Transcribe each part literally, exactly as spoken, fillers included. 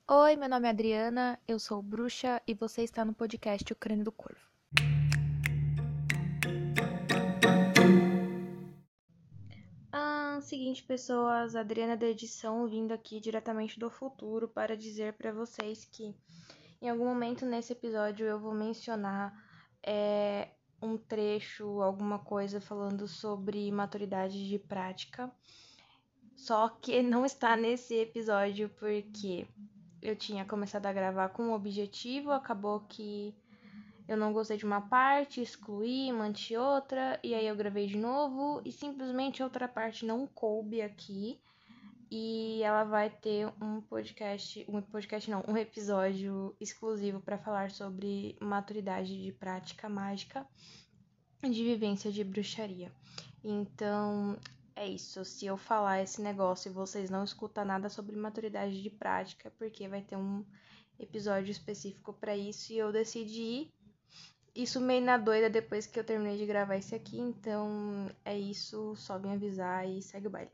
Oi, meu nome é Adriana, eu sou bruxa e você está no podcast O Crânio do Corvo. Ah, seguinte, pessoas, Adriana da edição vindo aqui diretamente do futuro para dizer para vocês que em algum momento nesse episódio eu vou mencionar é, um trecho, alguma coisa falando sobre maturidade de prática. Só que não está nesse episódio porque eu tinha começado a gravar com um objetivo, acabou que eu não gostei de uma parte, excluí, mantive outra, e aí eu gravei de novo, e simplesmente outra parte não coube aqui. E ela vai ter um podcast, um podcast não, um episódio exclusivo para falar sobre maturidade de prática mágica de vivência de bruxaria. Então, é isso. Se eu falar esse negócio e vocês não escutam nada sobre maturidade de prática, porque vai ter um episódio específico para isso e eu decidi isso meio na doida depois que eu terminei de gravar esse aqui, então é isso, só vim avisar e segue o baile.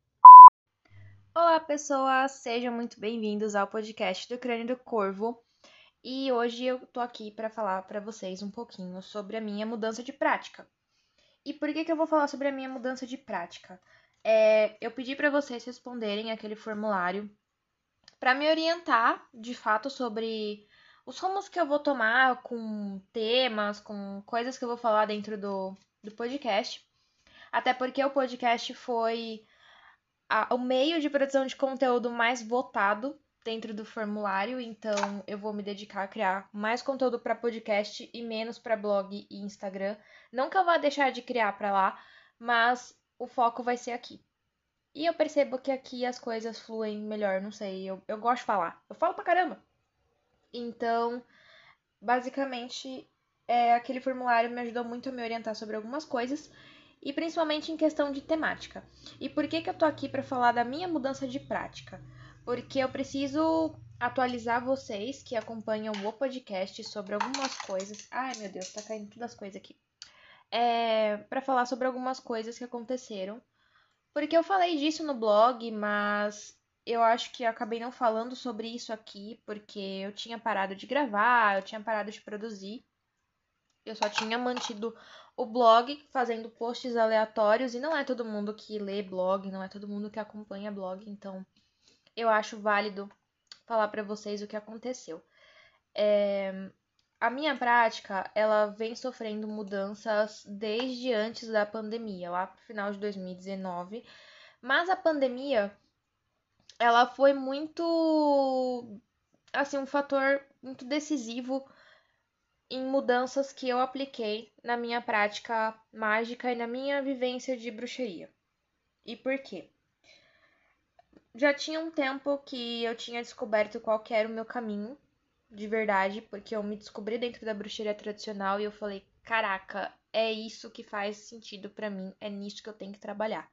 Olá, pessoas, sejam muito bem-vindos ao podcast do Crânio do Corvo. E hoje eu tô aqui para falar para vocês um pouquinho sobre a minha mudança de prática. E por que que eu vou falar sobre a minha mudança de prática? É, eu pedi para vocês responderem aquele formulário para me orientar, de fato, sobre os rumos que eu vou tomar com temas, com coisas que eu vou falar dentro do, do podcast. Até porque o podcast foi a- o meio de produção de conteúdo mais votado dentro do formulário, então eu vou me dedicar a criar mais conteúdo para podcast e menos para blog e Instagram. Não que eu vá deixar de criar para lá, mas o foco vai ser aqui. E eu percebo que aqui as coisas fluem melhor, não sei, eu, eu gosto de falar. Eu falo pra caramba. Então, basicamente, é, aquele formulário me ajudou muito a me orientar sobre algumas coisas e principalmente em questão de temática. E por que que eu tô aqui para falar da minha mudança de prática? Porque eu preciso atualizar vocês que acompanham o podcast sobre algumas coisas. Ai, meu Deus, tá caindo todas as coisas aqui. É, para falar sobre algumas coisas que aconteceram. Porque eu falei disso no blog, mas eu acho que eu acabei não falando sobre isso aqui, porque eu tinha parado de gravar, eu tinha parado de produzir. Eu só tinha mantido o blog fazendo posts aleatórios e não é todo mundo que lê blog, não é todo mundo que acompanha blog, então eu acho válido falar para vocês o que aconteceu. É, a minha prática, ela vem sofrendo mudanças desde antes da pandemia, lá pro final de dois mil e dezenove, mas a pandemia, ela foi muito, assim, um fator muito decisivo em mudanças que eu apliquei na minha prática mágica e na minha vivência de bruxaria. E por quê? Já tinha um tempo que eu tinha descoberto qual que era o meu caminho, de verdade, porque eu me descobri dentro da bruxaria tradicional e eu falei, caraca, é isso que faz sentido pra mim, é nisso que eu tenho que trabalhar.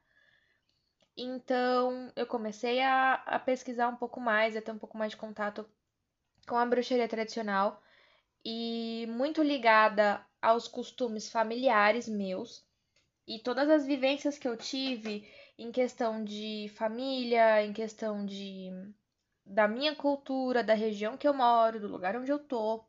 Então, eu comecei a, a pesquisar um pouco mais, a ter um pouco mais de contato com a bruxaria tradicional e muito ligada aos costumes familiares meus e todas as vivências que eu tive em questão de família, em questão de da minha cultura, da região que eu moro, do lugar onde eu tô.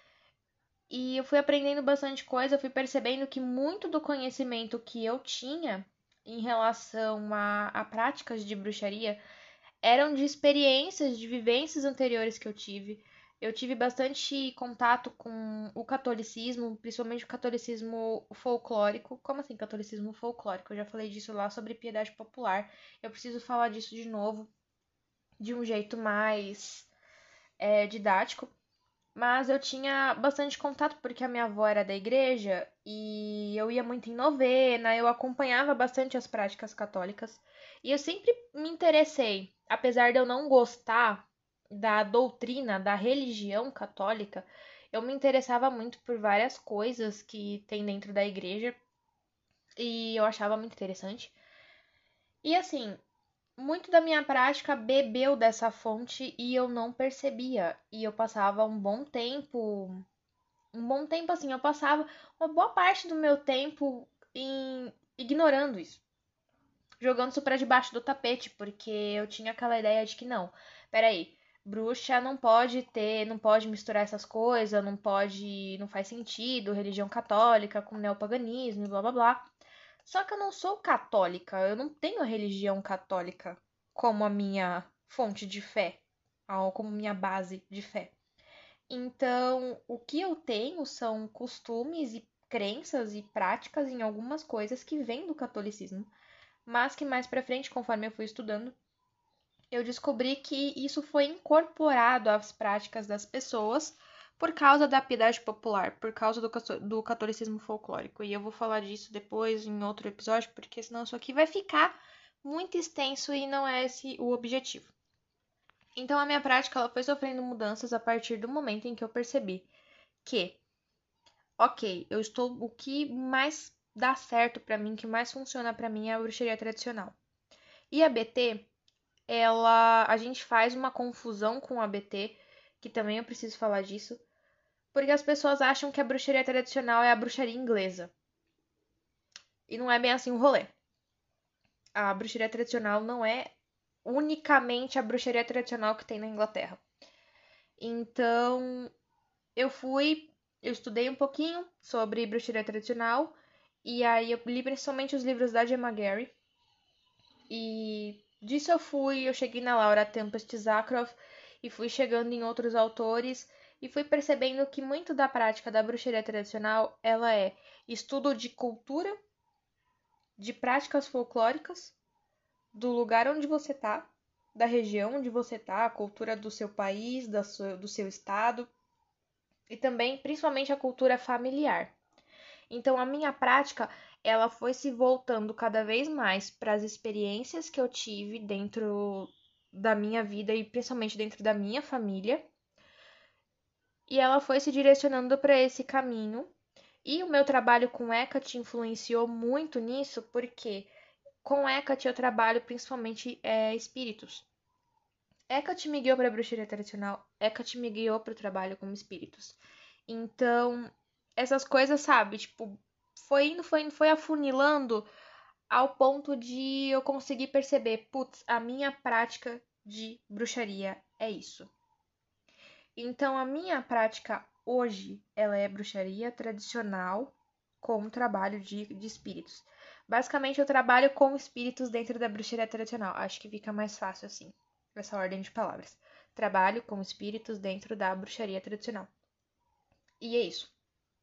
E eu fui aprendendo bastante coisa, eu fui percebendo que muito do conhecimento que eu tinha em relação a, a práticas de bruxaria eram de experiências, de vivências anteriores que eu tive. Eu tive bastante contato com o catolicismo, principalmente o catolicismo folclórico. Como assim catolicismo folclórico? Eu já falei disso lá sobre piedade popular. Eu preciso falar disso de novo, de um jeito mais é, didático. Mas eu tinha bastante contato porque a minha avó era da igreja e eu ia muito em novena, eu acompanhava bastante as práticas católicas e eu sempre me interessei, apesar de eu não gostar da doutrina, da religião católica, eu me interessava muito por várias coisas que tem dentro da igreja e eu achava muito interessante. E assim, muito da minha prática bebeu dessa fonte e eu não percebia. E eu passava um bom tempo um bom tempo assim, eu passava uma boa parte do meu tempo em ignorando isso, jogando isso pra debaixo do tapete, porque eu tinha aquela ideia de que não, peraí, bruxa não pode ter, não pode misturar essas coisas, não pode, não faz sentido, religião católica com neopaganismo e blá blá blá. Só que eu não sou católica, eu não tenho a religião católica como a minha fonte de fé, como minha base de fé. Então, o que eu tenho são costumes e crenças e práticas em algumas coisas que vêm do catolicismo, mas que mais pra frente, conforme eu fui estudando, eu descobri que isso foi incorporado às práticas das pessoas por causa da piedade popular, por causa do, do catolicismo folclórico. E eu vou falar disso depois em outro episódio, porque senão isso aqui vai ficar muito extenso e não é esse o objetivo. Então a minha prática ela foi sofrendo mudanças a partir do momento em que eu percebi que, ok, eu estou o que mais dá certo para mim, que mais funciona para mim é a bruxaria tradicional. E a B T ela, a gente faz uma confusão com o A B T, que também eu preciso falar disso, porque as pessoas acham que a bruxaria tradicional é a bruxaria inglesa. E não é bem assim o rolê. A bruxaria tradicional não é unicamente a bruxaria tradicional que tem na Inglaterra. Então, eu fui, eu estudei um pouquinho sobre bruxaria tradicional, e aí eu li principalmente os livros da Gemma Gary, e disso eu fui, eu cheguei na Laura Tempest Zakroff e fui chegando em outros autores e fui percebendo que muito da prática da bruxaria tradicional, ela é estudo de cultura, de práticas folclóricas, do lugar onde você tá, da região onde você tá, a cultura do seu país, da sua, do seu estado e também, principalmente, a cultura familiar. Então, a minha prática, ela foi se voltando cada vez mais para as experiências que eu tive dentro da minha vida e principalmente dentro da minha família. E ela foi se direcionando para esse caminho. E o meu trabalho com Hecate influenciou muito nisso, porque com Hecate eu trabalho principalmente é, espíritos. Hecate me guiou para a bruxaria tradicional, Hecate me guiou para o trabalho com espíritos. Então, essas coisas, sabe, tipo, foi indo, foi indo, foi afunilando ao ponto de eu conseguir perceber, putz, a minha prática de bruxaria é isso. Então, a minha prática hoje, ela é bruxaria tradicional com trabalho de, de espíritos. Basicamente, eu trabalho com espíritos dentro da bruxaria tradicional. Acho que fica mais fácil assim, essa ordem de palavras. Trabalho com espíritos dentro da bruxaria tradicional. E é isso.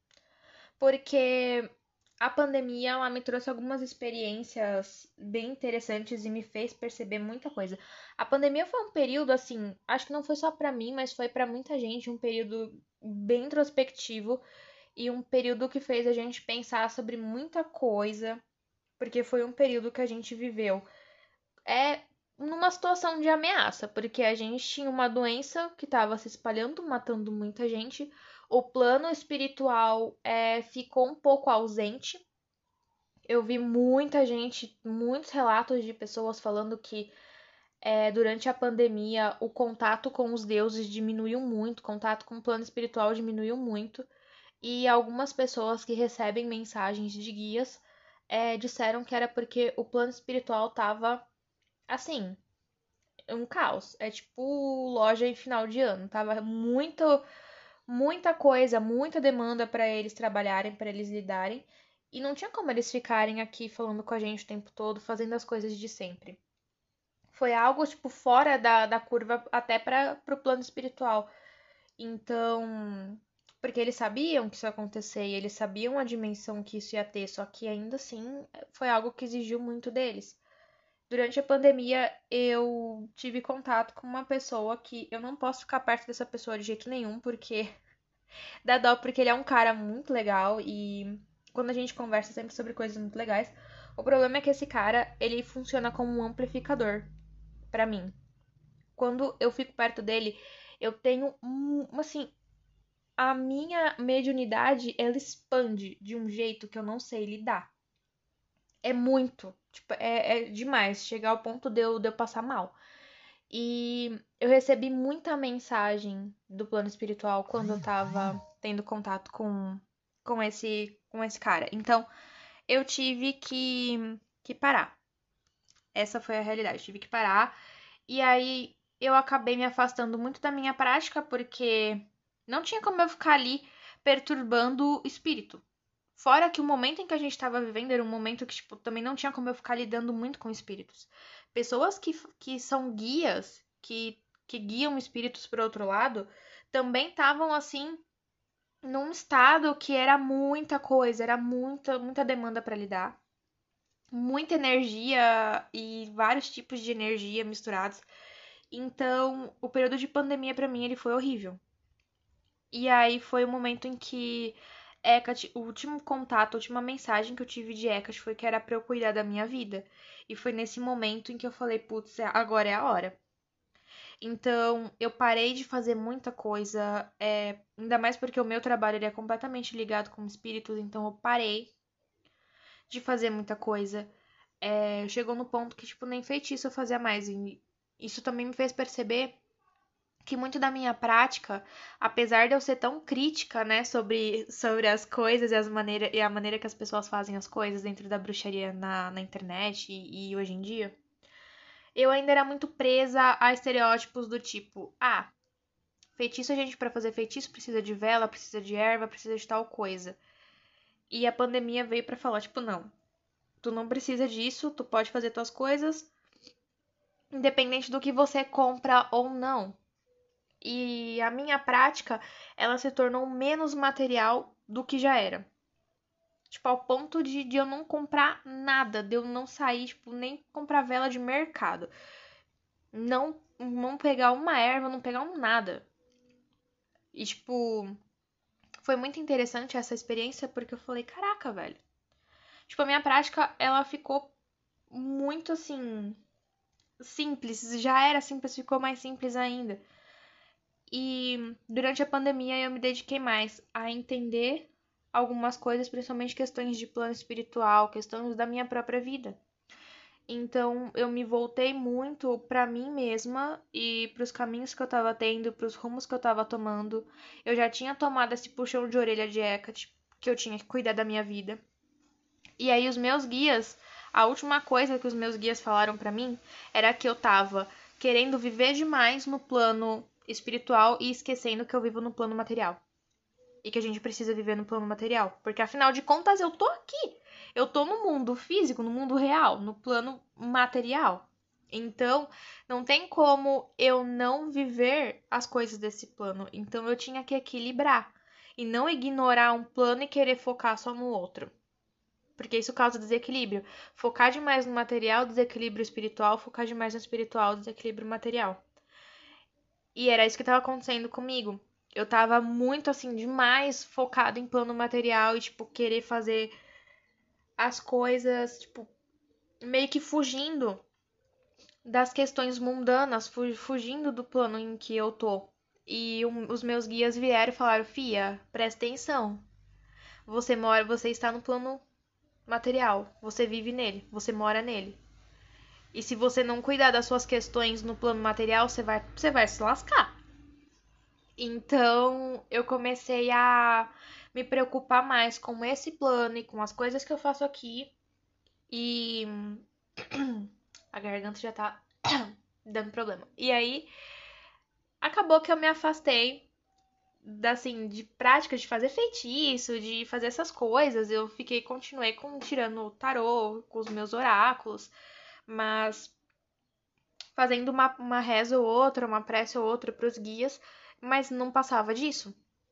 Porque a pandemia ela me trouxe algumas experiências bem interessantes e me fez perceber muita coisa. A pandemia foi um período assim, acho que não foi só pra mim, mas foi pra muita gente, um período bem introspectivo e um período que fez a gente pensar sobre muita coisa, porque foi um período que a gente viveu é numa situação de ameaça, porque a gente tinha uma doença que estava se espalhando, matando muita gente. O plano espiritual é, ficou um pouco ausente. Eu vi muita gente, muitos relatos de pessoas falando que é, durante a pandemia o contato com os deuses diminuiu muito, o contato com o plano espiritual diminuiu muito. E algumas pessoas que recebem mensagens de guias é, disseram que era porque o plano espiritual estava assim, um caos. É tipo loja em final de ano. Tava muito, muita coisa, muita demanda para eles trabalharem, para eles lidarem. E não tinha como eles ficarem aqui falando com a gente o tempo todo, fazendo as coisas de sempre. Foi algo, tipo, fora da, da curva até para o plano espiritual. Então, porque eles sabiam que isso ia acontecer e eles sabiam a dimensão que isso ia ter, só que ainda assim foi algo que exigiu muito deles. Durante a pandemia, eu tive contato com uma pessoa que eu não posso ficar perto dessa pessoa de jeito nenhum, porque dá dó, porque ele é um cara muito legal e quando a gente conversa sempre sobre coisas muito legais, o problema é que esse cara, ele funciona como um amplificador pra mim. Quando eu fico perto dele, eu tenho um, assim, a minha mediunidade, ela expande de um jeito que eu não sei lidar. É muito, tipo, é, é demais, chegar ao ponto de eu, de eu passar mal. E eu recebi muita mensagem do plano espiritual quando eu tava tendo contato com, com esse com esse cara. Então, eu tive que, que parar. Essa foi a realidade. Eu tive que parar. E aí, eu acabei me afastando muito da minha prática, porque não tinha como eu ficar ali perturbando o espírito. Fora que o momento em que a gente estava vivendo era um momento que, tipo, também não tinha como eu ficar lidando muito com espíritos. Pessoas que, que são guias, que, que guiam espíritos para outro lado, também estavam, assim, num estado que era muita coisa, era muita, muita demanda para lidar. Muita energia e vários tipos de energia misturados. Então, o período de pandemia para mim ele foi horrível. E aí foi o momento em que Hecate, o último contato, a última mensagem que eu tive de Hecate foi que era pra eu cuidar da minha vida. E foi nesse momento em que eu falei, putz, agora é a hora. Então, eu parei de fazer muita coisa, é, ainda mais porque o meu trabalho ele é completamente ligado com espíritos, então eu parei de fazer muita coisa. É, chegou no ponto que, tipo, nem feitiço eu fazia mais. E isso também me fez perceber que muito da minha prática, apesar de eu ser tão crítica, né, sobre, sobre as coisas e, as maneira, e a maneira que as pessoas fazem as coisas dentro da bruxaria na, na internet e, e hoje em dia, eu ainda era muito presa a estereótipos do tipo, ah, feitiço a gente para fazer feitiço precisa de vela, precisa de erva, precisa de tal coisa. E a pandemia veio para falar, tipo, não, tu não precisa disso, tu pode fazer tuas coisas, independente do que você compra ou não. E a minha prática, ela se tornou menos material do que já era. Tipo, ao ponto de, de eu não comprar nada, de eu não sair, tipo, nem comprar vela de mercado. Não, não pegar uma erva, não pegar um nada. E, tipo, foi muito interessante essa experiência porque eu falei, caraca, velho. Tipo, a minha prática, ela ficou muito assim, simples. Já era simples, ficou mais simples ainda. E durante a pandemia eu me dediquei mais a entender algumas coisas, principalmente questões de plano espiritual, questões da minha própria vida. Então eu me voltei muito para mim mesma e para os caminhos que eu estava tendo, para os rumos que eu estava tomando. Eu já tinha tomado esse puxão de orelha de Hecate, que eu tinha que cuidar da minha vida. E aí os meus guias, a última coisa que os meus guias falaram para mim era que eu tava querendo viver demais no plano espiritual e esquecendo que eu vivo no plano material. E que a gente precisa viver no plano material. Porque afinal de contas eu tô aqui. Eu tô no mundo físico, no mundo real, no plano material. Então, não tem como eu não viver as coisas desse plano. Então, eu tinha que equilibrar. E não ignorar um plano e querer focar só no outro. Porque isso causa desequilíbrio. Focar demais no material, desequilíbrio espiritual. Focar demais no espiritual, desequilíbrio material. E era isso que estava acontecendo comigo. Eu tava muito assim, demais focado em plano material e, tipo, querer fazer as coisas, tipo, meio que fugindo das questões mundanas, fugindo do plano em que eu tô. E um, os meus guias vieram e falaram: Fia, presta atenção. Você mora, você está no plano material. Você vive nele, você mora nele. E se você não cuidar das suas questões no plano material, você vai, você vai se lascar. Então, eu comecei a me preocupar mais com esse plano e com as coisas que eu faço aqui. E a garganta já tá dando problema. E aí, acabou que eu me afastei assim, de prática de fazer feitiço, de fazer essas coisas. Eu fiquei, continuei com, tirando o tarô, com os meus oráculos, mas fazendo uma, uma reza ou outra, uma prece ou outra pros guias, mas não passava disso.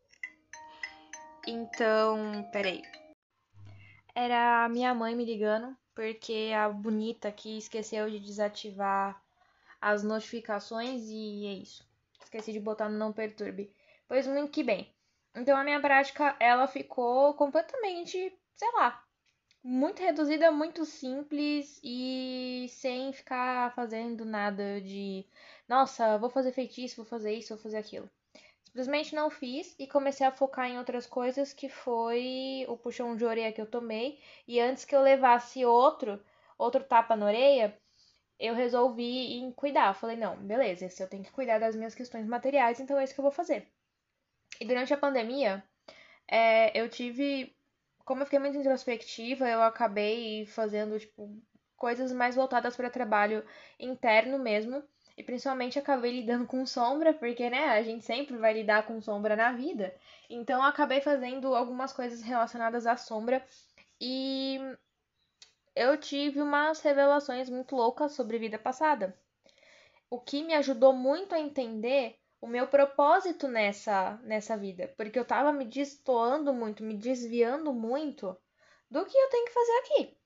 Então, peraí. Era a minha mãe me ligando, porque a bonita aqui esqueceu de desativar as notificações e é isso. Esqueci de botar no não perturbe. Pois muito que bem. Então a minha prática, ela ficou completamente, sei lá, muito reduzida, muito simples e sem ficar fazendo nada de, nossa, vou fazer feitiço, vou fazer isso, vou fazer aquilo. Simplesmente não fiz e comecei a focar em outras coisas, que foi o puxão de orelha que eu tomei. E antes que eu levasse outro, outro tapa na orelha, eu resolvi em cuidar. Eu falei, não, beleza, se eu tenho que cuidar das minhas questões materiais, então é isso que eu vou fazer. E durante a pandemia, é, eu tive, como eu fiquei muito introspectiva, eu acabei fazendo, tipo, coisas mais voltadas para trabalho interno mesmo. E principalmente acabei lidando com sombra, porque, né, a gente sempre vai lidar com sombra na vida. Então eu acabei fazendo algumas coisas relacionadas à sombra e eu tive umas revelações muito loucas sobre vida passada. O que me ajudou muito a entender o meu propósito nessa, nessa vida. Porque eu tava me destoando muito, me desviando muito do que eu tenho que fazer aqui.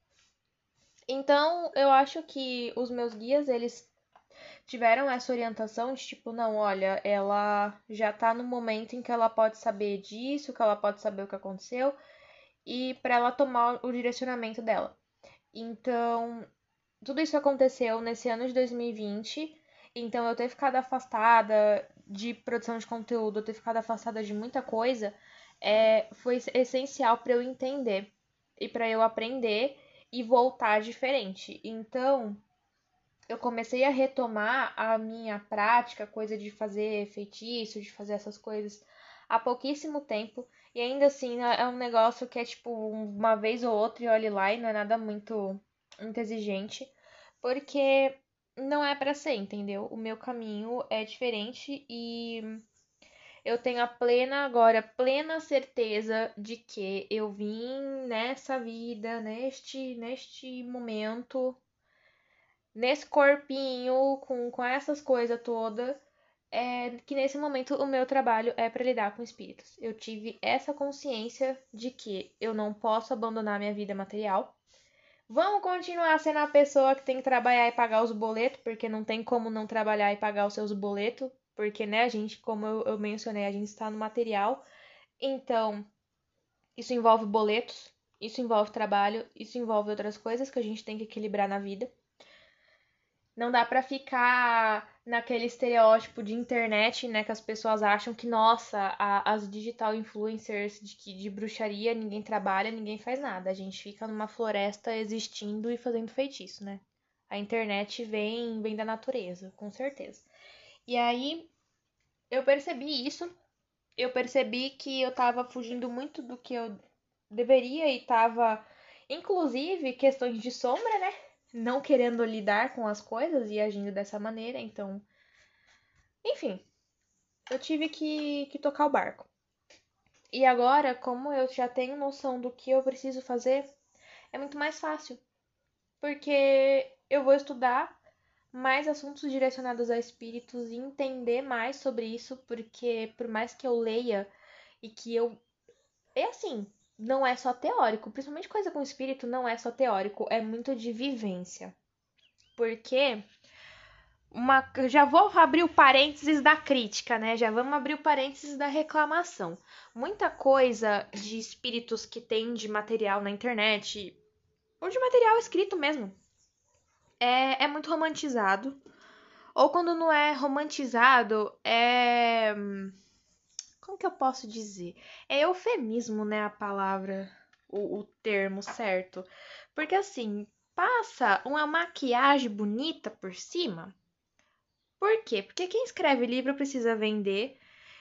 Então, eu acho que os meus guias, eles tiveram essa orientação de tipo, não, olha, ela já tá no momento em que ela pode saber disso, que ela pode saber o que aconteceu, e para ela tomar o direcionamento dela. Então, tudo isso aconteceu nesse ano de dois mil e vinte. Então, eu ter ficado afastada de produção de conteúdo, eu ter ficado afastada de muita coisa, é, foi essencial para eu entender e para eu aprender e voltar diferente. Então, eu comecei a retomar a minha prática, coisa de fazer feitiço, de fazer essas coisas, há pouquíssimo tempo. E ainda assim, é um negócio que é tipo uma vez ou outra e olhe lá e não é nada muito, muito exigente. Porque não é pra ser, entendeu? O meu caminho é diferente e eu tenho a plena, agora, plena certeza de que eu vim nessa vida, neste, neste momento, nesse corpinho, com, com essas coisas todas, é que nesse momento o meu trabalho é para lidar com espíritos. Eu tive essa consciência de que eu não posso abandonar minha vida material. Vamos continuar sendo a pessoa que tem que trabalhar e pagar os boletos, porque não tem como não trabalhar e pagar os seus boletos, porque, né, a gente, como eu, eu mencionei, a gente está no material. Então, isso envolve boletos, isso envolve trabalho, isso envolve outras coisas que a gente tem que equilibrar na vida. Não dá pra ficar naquele estereótipo de internet, né, que as pessoas acham que, nossa, a, as digital influencers de, que- de bruxaria, ninguém trabalha, ninguém faz nada. A gente fica numa floresta existindo e fazendo feitiço, né? A internet vem, vem da natureza, com certeza. E aí, eu percebi isso. Eu percebi que eu tava fugindo muito do que eu deveria e tava, inclusive, questões de sombra, né? Não querendo lidar com as coisas e agindo dessa maneira, então, enfim, eu tive que, que tocar o barco. E agora, como eu já tenho noção do que eu preciso fazer, é muito mais fácil, porque eu vou estudar mais assuntos direcionados a espíritos e entender mais sobre isso, porque por mais que eu leia e que eu. É assim, não é só teórico, principalmente coisa com espírito não é só teórico, é muito de vivência. Porque uma, já vou abrir o parênteses da crítica, né? Já vamos abrir o parênteses da reclamação. Muita coisa de espíritos que tem de material na internet, ou de material escrito mesmo, é, é muito romantizado. Ou quando não é romantizado, é. Como que eu posso dizer? É eufemismo, né? A palavra, o, o termo certo. Porque assim, passa uma maquiagem bonita por cima. Por quê? Porque quem escreve livro precisa vender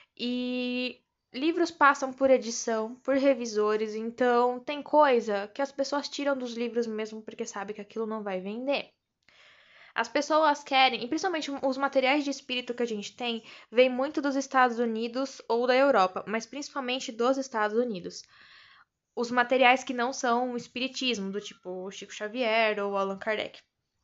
e livros passam por edição, por revisores, então tem coisa que as pessoas tiram dos livros mesmo porque sabe que aquilo não vai vender. As pessoas querem, e principalmente os materiais de espírito que a gente tem, vem muito dos Estados Unidos ou da Europa, mas principalmente dos Estados Unidos. Os materiais que não são o espiritismo, do tipo Chico Xavier ou Allan Kardec.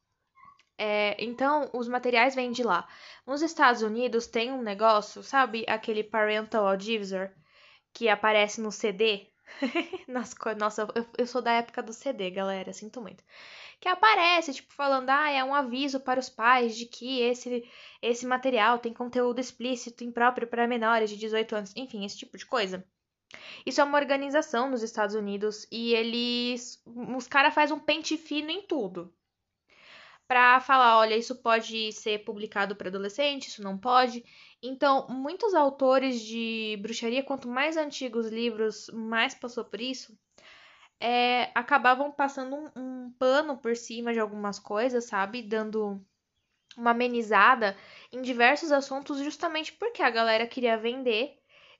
É, então, os materiais vêm de lá. Nos Estados Unidos tem um negócio, sabe? Aquele Parental Advisor que aparece no C D. Nossa, nossa eu, eu sou da época do C D, galera, sinto muito. Que aparece, tipo, falando, ah, é um aviso para os pais de que esse, esse material tem conteúdo explícito impróprio para menores de dezoito anos. Enfim, esse tipo de coisa. Isso é uma organização nos Estados Unidos e eles. Os caras fazem um pente fino em tudo para falar, olha, isso pode ser publicado para adolescente, isso não pode. Então, muitos autores de bruxaria, quanto mais antigos livros, mais passou por isso, é, acabavam passando um, um pano por cima de algumas coisas, sabe? Dando uma amenizada em diversos assuntos, justamente porque a galera queria vender.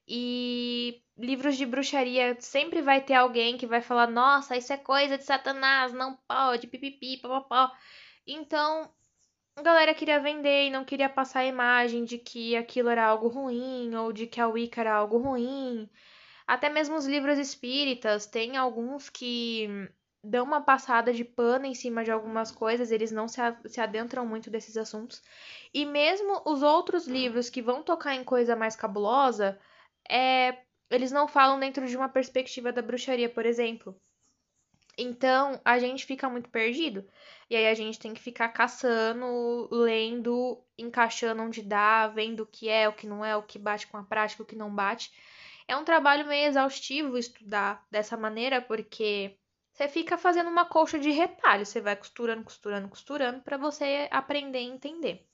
E livros de bruxaria sempre vai ter alguém que vai falar: nossa, isso é coisa de Satanás, não pode, pipipi, papapó. Então, a galera queria vender e não queria passar a imagem de que aquilo era algo ruim ou de que a Wicca era algo ruim. Até mesmo os livros espíritas, tem alguns que dão uma passada de pano em cima de algumas coisas, eles não se, a- se adentram muito desses assuntos. E mesmo os outros livros que vão tocar em coisa mais cabulosa, é, eles não falam dentro de uma perspectiva da bruxaria, por exemplo. Então, a gente fica muito perdido. E aí a gente tem que ficar caçando, lendo, encaixando onde dá, vendo o que é, o que não é, o que bate com a prática, o que não bate. É um trabalho meio exaustivo estudar dessa maneira, porque você fica fazendo uma colcha de retalho, você vai costurando, costurando, costurando para você aprender e entender.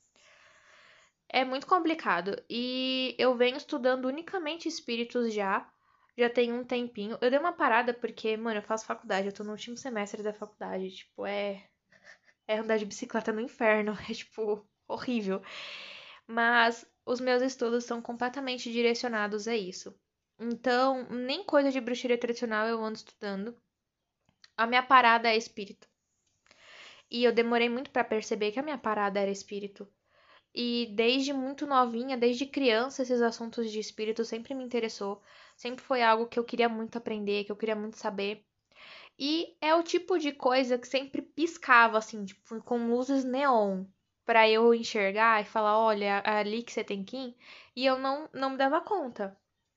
É muito complicado e eu venho estudando unicamente espíritos já, já tem um tempinho. Eu dei uma parada porque, mano, eu faço faculdade, eu tô no último semestre da faculdade, tipo, é é andar de bicicleta no inferno, é tipo horrível. Mas os meus estudos são completamente direcionados a isso. Então, nem coisa de bruxaria tradicional eu ando estudando. A minha parada é espírito. E eu demorei muito pra perceber que a minha parada era espírito. E desde muito novinha, desde criança, esses assuntos de espírito sempre me interessou. Sempre foi algo que eu queria muito aprender, que eu queria muito saber. E é o tipo de coisa que sempre piscava, assim, tipo, com luzes neon, pra eu enxergar e falar, olha, é ali que você tem que ir. E eu não, não me dava conta.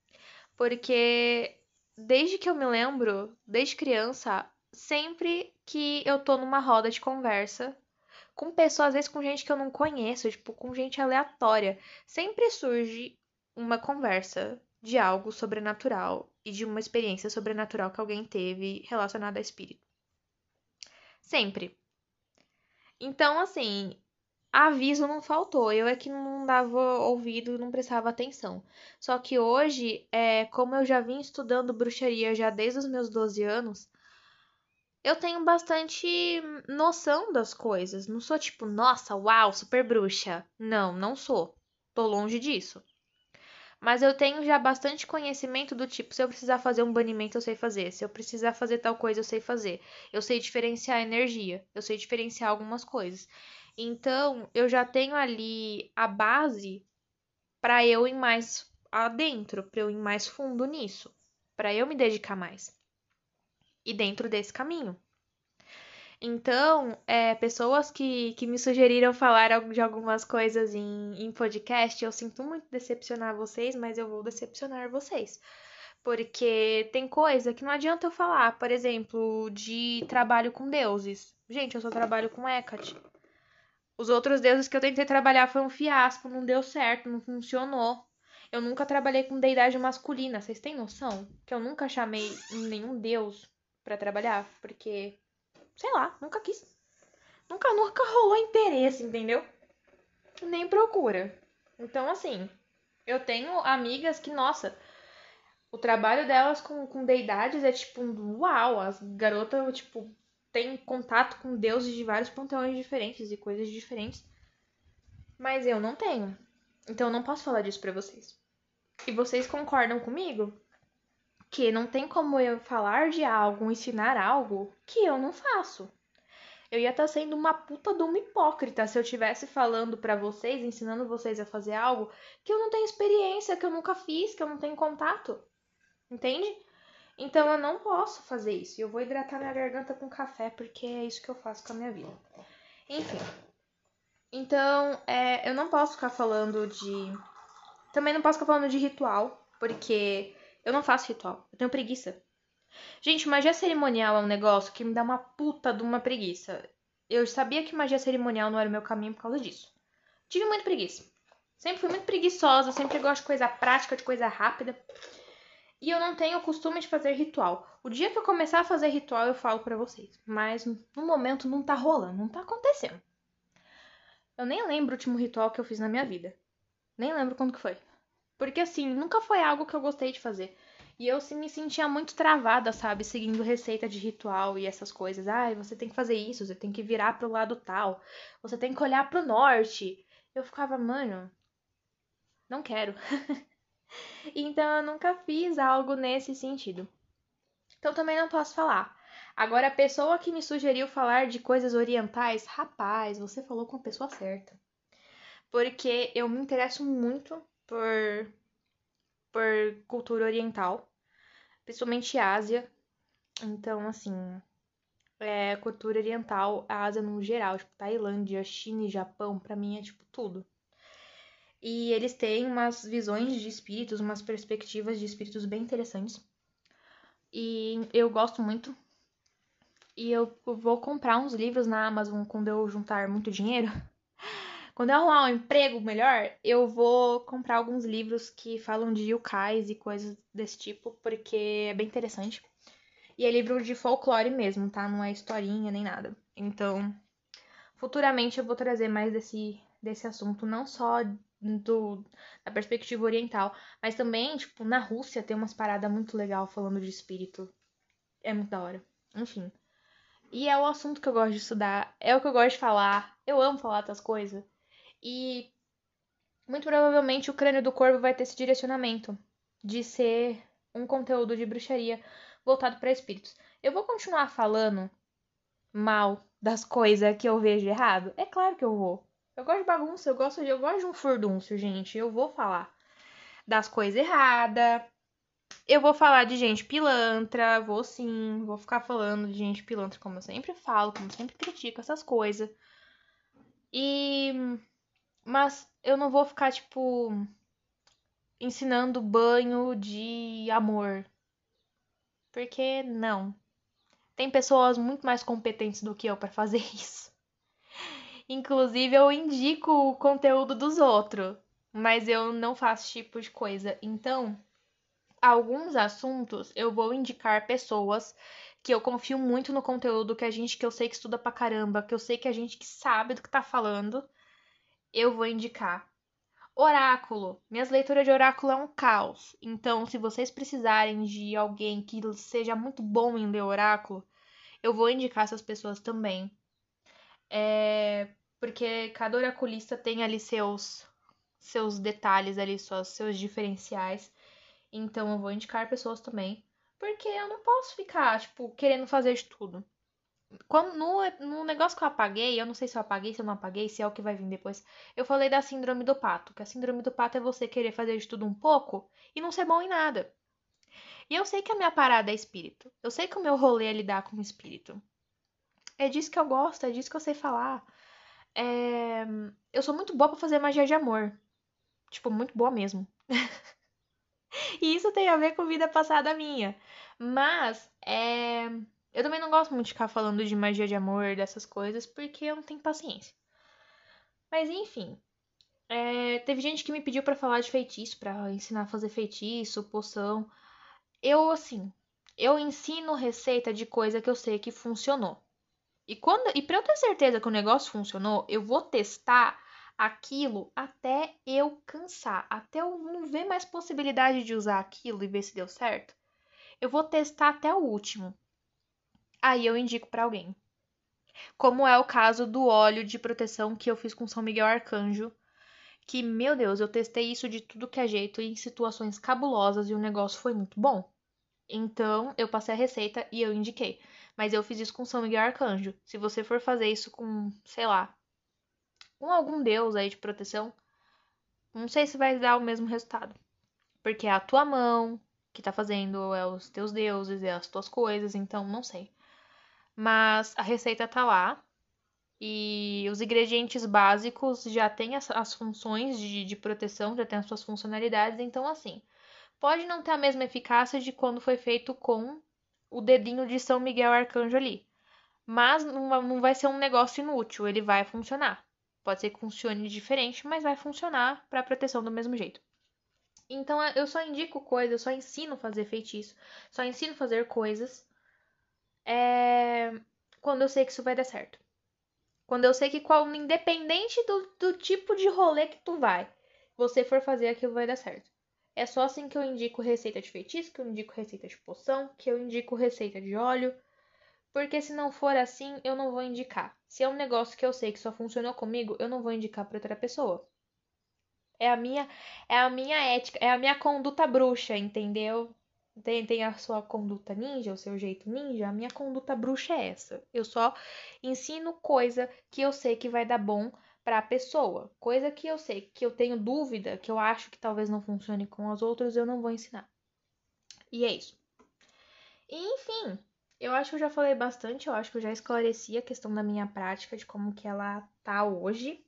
Porque desde que eu me lembro, desde criança, sempre que eu tô numa roda de conversa, com pessoas, às vezes com gente que eu não conheço, tipo, com gente aleatória, sempre surge uma conversa de algo sobrenatural e de uma experiência sobrenatural que alguém teve relacionada a espírito. Sempre. Então, assim, aviso não faltou. Eu é que não dava ouvido, não prestava atenção. Só que hoje, é, como eu já vim estudando bruxaria já desde os meus doze anos, eu tenho bastante noção das coisas. Não sou tipo, nossa, uau, super bruxa. Não, não sou. Tô longe disso. Mas eu tenho já bastante conhecimento do tipo, se eu precisar fazer um banimento, eu sei fazer. Se eu precisar fazer tal coisa, eu sei fazer. Eu sei diferenciar energia. Eu sei diferenciar algumas coisas. Então, eu já tenho ali a base para eu ir mais adentro, para eu ir mais fundo nisso, para eu me dedicar mais. E dentro desse caminho. Então, é, pessoas que, que me sugeriram falar de algumas coisas em, em podcast, eu sinto muito decepcionar vocês, mas eu vou decepcionar vocês. Porque tem coisa que não adianta eu falar, por exemplo, de trabalho com deuses. Gente, eu só trabalho com Hecate. Os outros deuses que eu tentei trabalhar foi um fiasco, não deu certo, não funcionou. Eu nunca trabalhei com deidade masculina, vocês têm noção? Que eu nunca chamei nenhum deus pra trabalhar, porque, sei lá, nunca quis. Nunca, nunca rolou interesse, entendeu? Nem procura. Então, assim, eu tenho amigas que, nossa, o trabalho delas com, com deidades é tipo, uau, as garotas, tipo, têm contato com deuses de vários panteões diferentes e coisas diferentes. Mas eu não tenho. Então eu não posso falar disso pra vocês. E vocês concordam comigo que não tem como eu falar de algo, ensinar algo que eu não faço. Eu ia estar sendo uma puta de uma hipócrita se eu estivesse falando pra vocês, ensinando vocês a fazer algo que eu não tenho experiência, que eu nunca fiz, que eu não tenho contato. Entende? Então eu não posso fazer isso. E eu vou hidratar minha garganta com café porque é isso que eu faço com a minha vida. Enfim. Então, é, eu não posso ficar falando de. Também não posso ficar falando de ritual, porque eu não faço ritual. Eu tenho preguiça. Gente, magia cerimonial é um negócio que me dá uma puta de uma preguiça. Eu sabia que magia cerimonial não era o meu caminho por causa disso. Tive muita preguiça. Sempre fui muito preguiçosa, sempre gosto de coisa prática, de coisa rápida. E eu não tenho o costume de fazer ritual. O dia que eu começar a fazer ritual, eu falo pra vocês. Mas no momento não tá rolando, não tá acontecendo. Eu nem lembro o último ritual que eu fiz na minha vida. Nem lembro quando que foi. Porque assim, nunca foi algo que eu gostei de fazer. E eu me sentia muito travada, sabe? Seguindo receita de ritual e essas coisas. Ai, você tem que fazer isso, você tem que virar pro lado tal. Você tem que olhar pro norte. Eu ficava, mano, não quero. Então eu nunca fiz algo nesse sentido. Então também não posso falar. Agora, a pessoa que me sugeriu falar de coisas orientais, rapaz, você falou com a pessoa certa. Porque eu me interesso muito por, por cultura oriental, principalmente Ásia. Então, assim, é, cultura oriental, a Ásia no geral, tipo, Tailândia, China e Japão, pra mim é tipo tudo. E eles têm umas visões de espíritos, umas perspectivas de espíritos bem interessantes. E eu gosto muito. E eu vou comprar uns livros na Amazon quando eu juntar muito dinheiro. Quando eu arrumar um emprego melhor, eu vou comprar alguns livros que falam de yokais e coisas desse tipo, porque é bem interessante. E é livro de folclore mesmo, tá? Não é historinha nem nada. Então, futuramente eu vou trazer mais desse, desse assunto, não só do, da perspectiva oriental, mas também, tipo, na Rússia tem umas paradas muito legal falando de espírito. É muito da hora. Enfim. E é o assunto que eu gosto de estudar, é o que eu gosto de falar. Eu amo falar das coisas. E muito provavelmente o Crânio do Corvo vai ter esse direcionamento de ser um conteúdo de bruxaria voltado para espíritos. Eu vou continuar falando mal das coisas que eu vejo errado? É claro que eu vou. Eu gosto de bagunça, eu gosto de, eu gosto de um furdúncio, gente. Eu vou falar das coisas erradas. Eu vou falar de gente pilantra, vou sim, vou ficar falando de gente pilantra, como eu sempre falo, como eu sempre critico essas coisas. E mas eu não vou ficar tipo ensinando banho de amor. Porque não. Tem pessoas muito mais competentes do que eu para fazer isso. Inclusive, eu indico o conteúdo dos outros, mas eu não faço esse tipo de coisa. Então, alguns assuntos eu vou indicar pessoas que eu confio muito no conteúdo, que a gente que eu sei que estuda pra caramba, que eu sei que a gente que sabe do que tá falando, eu vou indicar. Oráculo. Minhas leituras de oráculo é um caos. Então, se vocês precisarem de alguém que seja muito bom em ler oráculo, eu vou indicar essas pessoas também. É... Porque cada oraculista tem ali seus, seus detalhes ali, seus, seus diferenciais. Então, eu vou indicar pessoas também. Porque eu não posso ficar, tipo, querendo fazer de tudo. Quando, no, no negócio que eu apaguei, eu não sei se eu apaguei, se eu não apaguei, se é o que vai vir depois. Eu falei da síndrome do pato. Que a síndrome do pato é você querer fazer de tudo um pouco e não ser bom em nada. E eu sei que a minha parada é espírito. Eu sei que o meu rolê é lidar com o espírito. É disso que eu gosto, é disso que eu sei falar. É... Eu sou muito boa pra fazer magia de amor. Tipo, muito boa mesmo. E isso tem a ver com vida passada minha. Mas, é... eu também não gosto muito de ficar falando de magia de amor, dessas coisas, porque eu não tenho paciência. Mas, enfim. É... Teve gente que me pediu pra falar de feitiço, pra ensinar a fazer feitiço, poção. Eu, assim, eu ensino receita de coisa que eu sei que funcionou. E quando, e para eu ter certeza que o negócio funcionou, eu vou testar aquilo até eu cansar, até eu não ver mais possibilidade de usar aquilo e ver se deu certo. Eu vou testar até o último. Aí eu indico para alguém. Como é o caso do óleo de proteção que eu fiz com São Miguel Arcanjo, que, meu Deus, eu testei isso de tudo que é jeito em situações cabulosas e o negócio foi muito bom. Então, eu passei a receita e eu indiquei. Mas eu fiz isso com São Miguel Arcanjo. Se você for fazer isso com, sei lá, com algum deus aí de proteção, não sei se vai dar o mesmo resultado. Porque é a tua mão que tá fazendo, é os teus deuses, é as tuas coisas, então não sei. Mas a receita tá lá. E os ingredientes básicos já têm as, as funções de, de proteção, já tem as suas funcionalidades. Então, assim, pode não ter a mesma eficácia de quando foi feito com o dedinho de São Miguel Arcanjo ali. Mas não vai ser um negócio inútil, ele vai funcionar. Pode ser que funcione diferente, mas vai funcionar para proteção do mesmo jeito. Então eu só indico coisas, eu só ensino a fazer feitiço, só ensino a fazer coisas é... quando eu sei que isso vai dar certo. Quando eu sei que, qual, independente do, do tipo de rolê que tu vai, você for fazer aquilo vai dar certo. É só assim que eu indico receita de feitiço, que eu indico receita de poção, que eu indico receita de óleo. Porque se não for assim, eu não vou indicar. Se é um negócio que eu sei que só funcionou comigo, eu não vou indicar para outra pessoa. É a minha, é a minha ética, é a minha conduta bruxa, entendeu? tem, tem a sua conduta ninja, o seu jeito ninja, a minha conduta bruxa é essa. Eu só ensino coisa que eu sei que vai dar bom pra pessoa. Coisa que eu sei, que eu tenho dúvida, que eu acho que talvez não funcione com os outros, eu não vou ensinar. E é isso. E, enfim, eu acho que eu já falei bastante, eu acho que eu já esclareci a questão da minha prática, de como que ela tá hoje.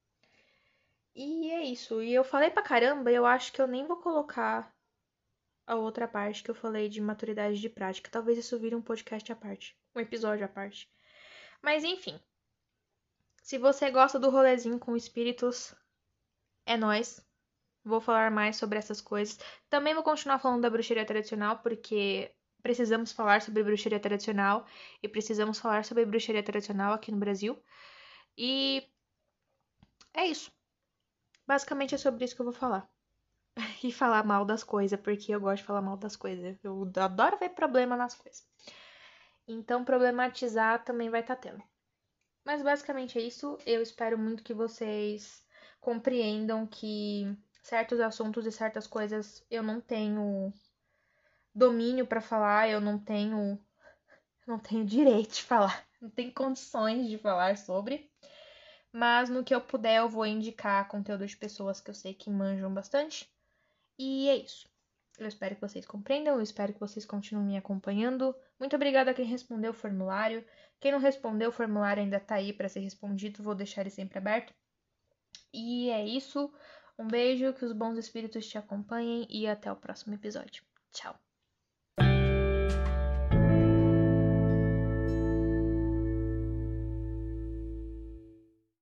E é isso. E eu falei pra caramba, eu acho que eu nem vou colocar a outra parte que eu falei de maturidade de prática. Talvez isso vire um podcast à parte, um episódio à parte. Mas enfim, se você gosta do rolezinho com espíritos, é nóis. Vou falar mais sobre essas coisas. Também vou continuar falando da bruxaria tradicional, porque precisamos falar sobre bruxaria tradicional e precisamos falar sobre bruxaria tradicional aqui no Brasil. E é isso. Basicamente é sobre isso que eu vou falar. E falar mal das coisas, porque eu gosto de falar mal das coisas. Eu adoro ver problema nas coisas. Então, problematizar também vai estar tá tendo. Mas basicamente é isso. Eu espero muito que vocês compreendam que certos assuntos e certas coisas eu não tenho domínio para falar, eu não tenho não tenho direito de falar, não tenho condições de falar sobre. Mas no que eu puder, eu vou indicar conteúdo de pessoas que eu sei que manjam bastante. E é isso. Eu espero que vocês compreendam, eu espero que vocês continuem me acompanhando. Muito obrigada a quem respondeu o formulário. Quem não respondeu o formulário ainda tá aí para ser respondido, vou deixar ele sempre aberto. E é isso. Um beijo, que os bons espíritos te acompanhem e até o próximo episódio. Tchau!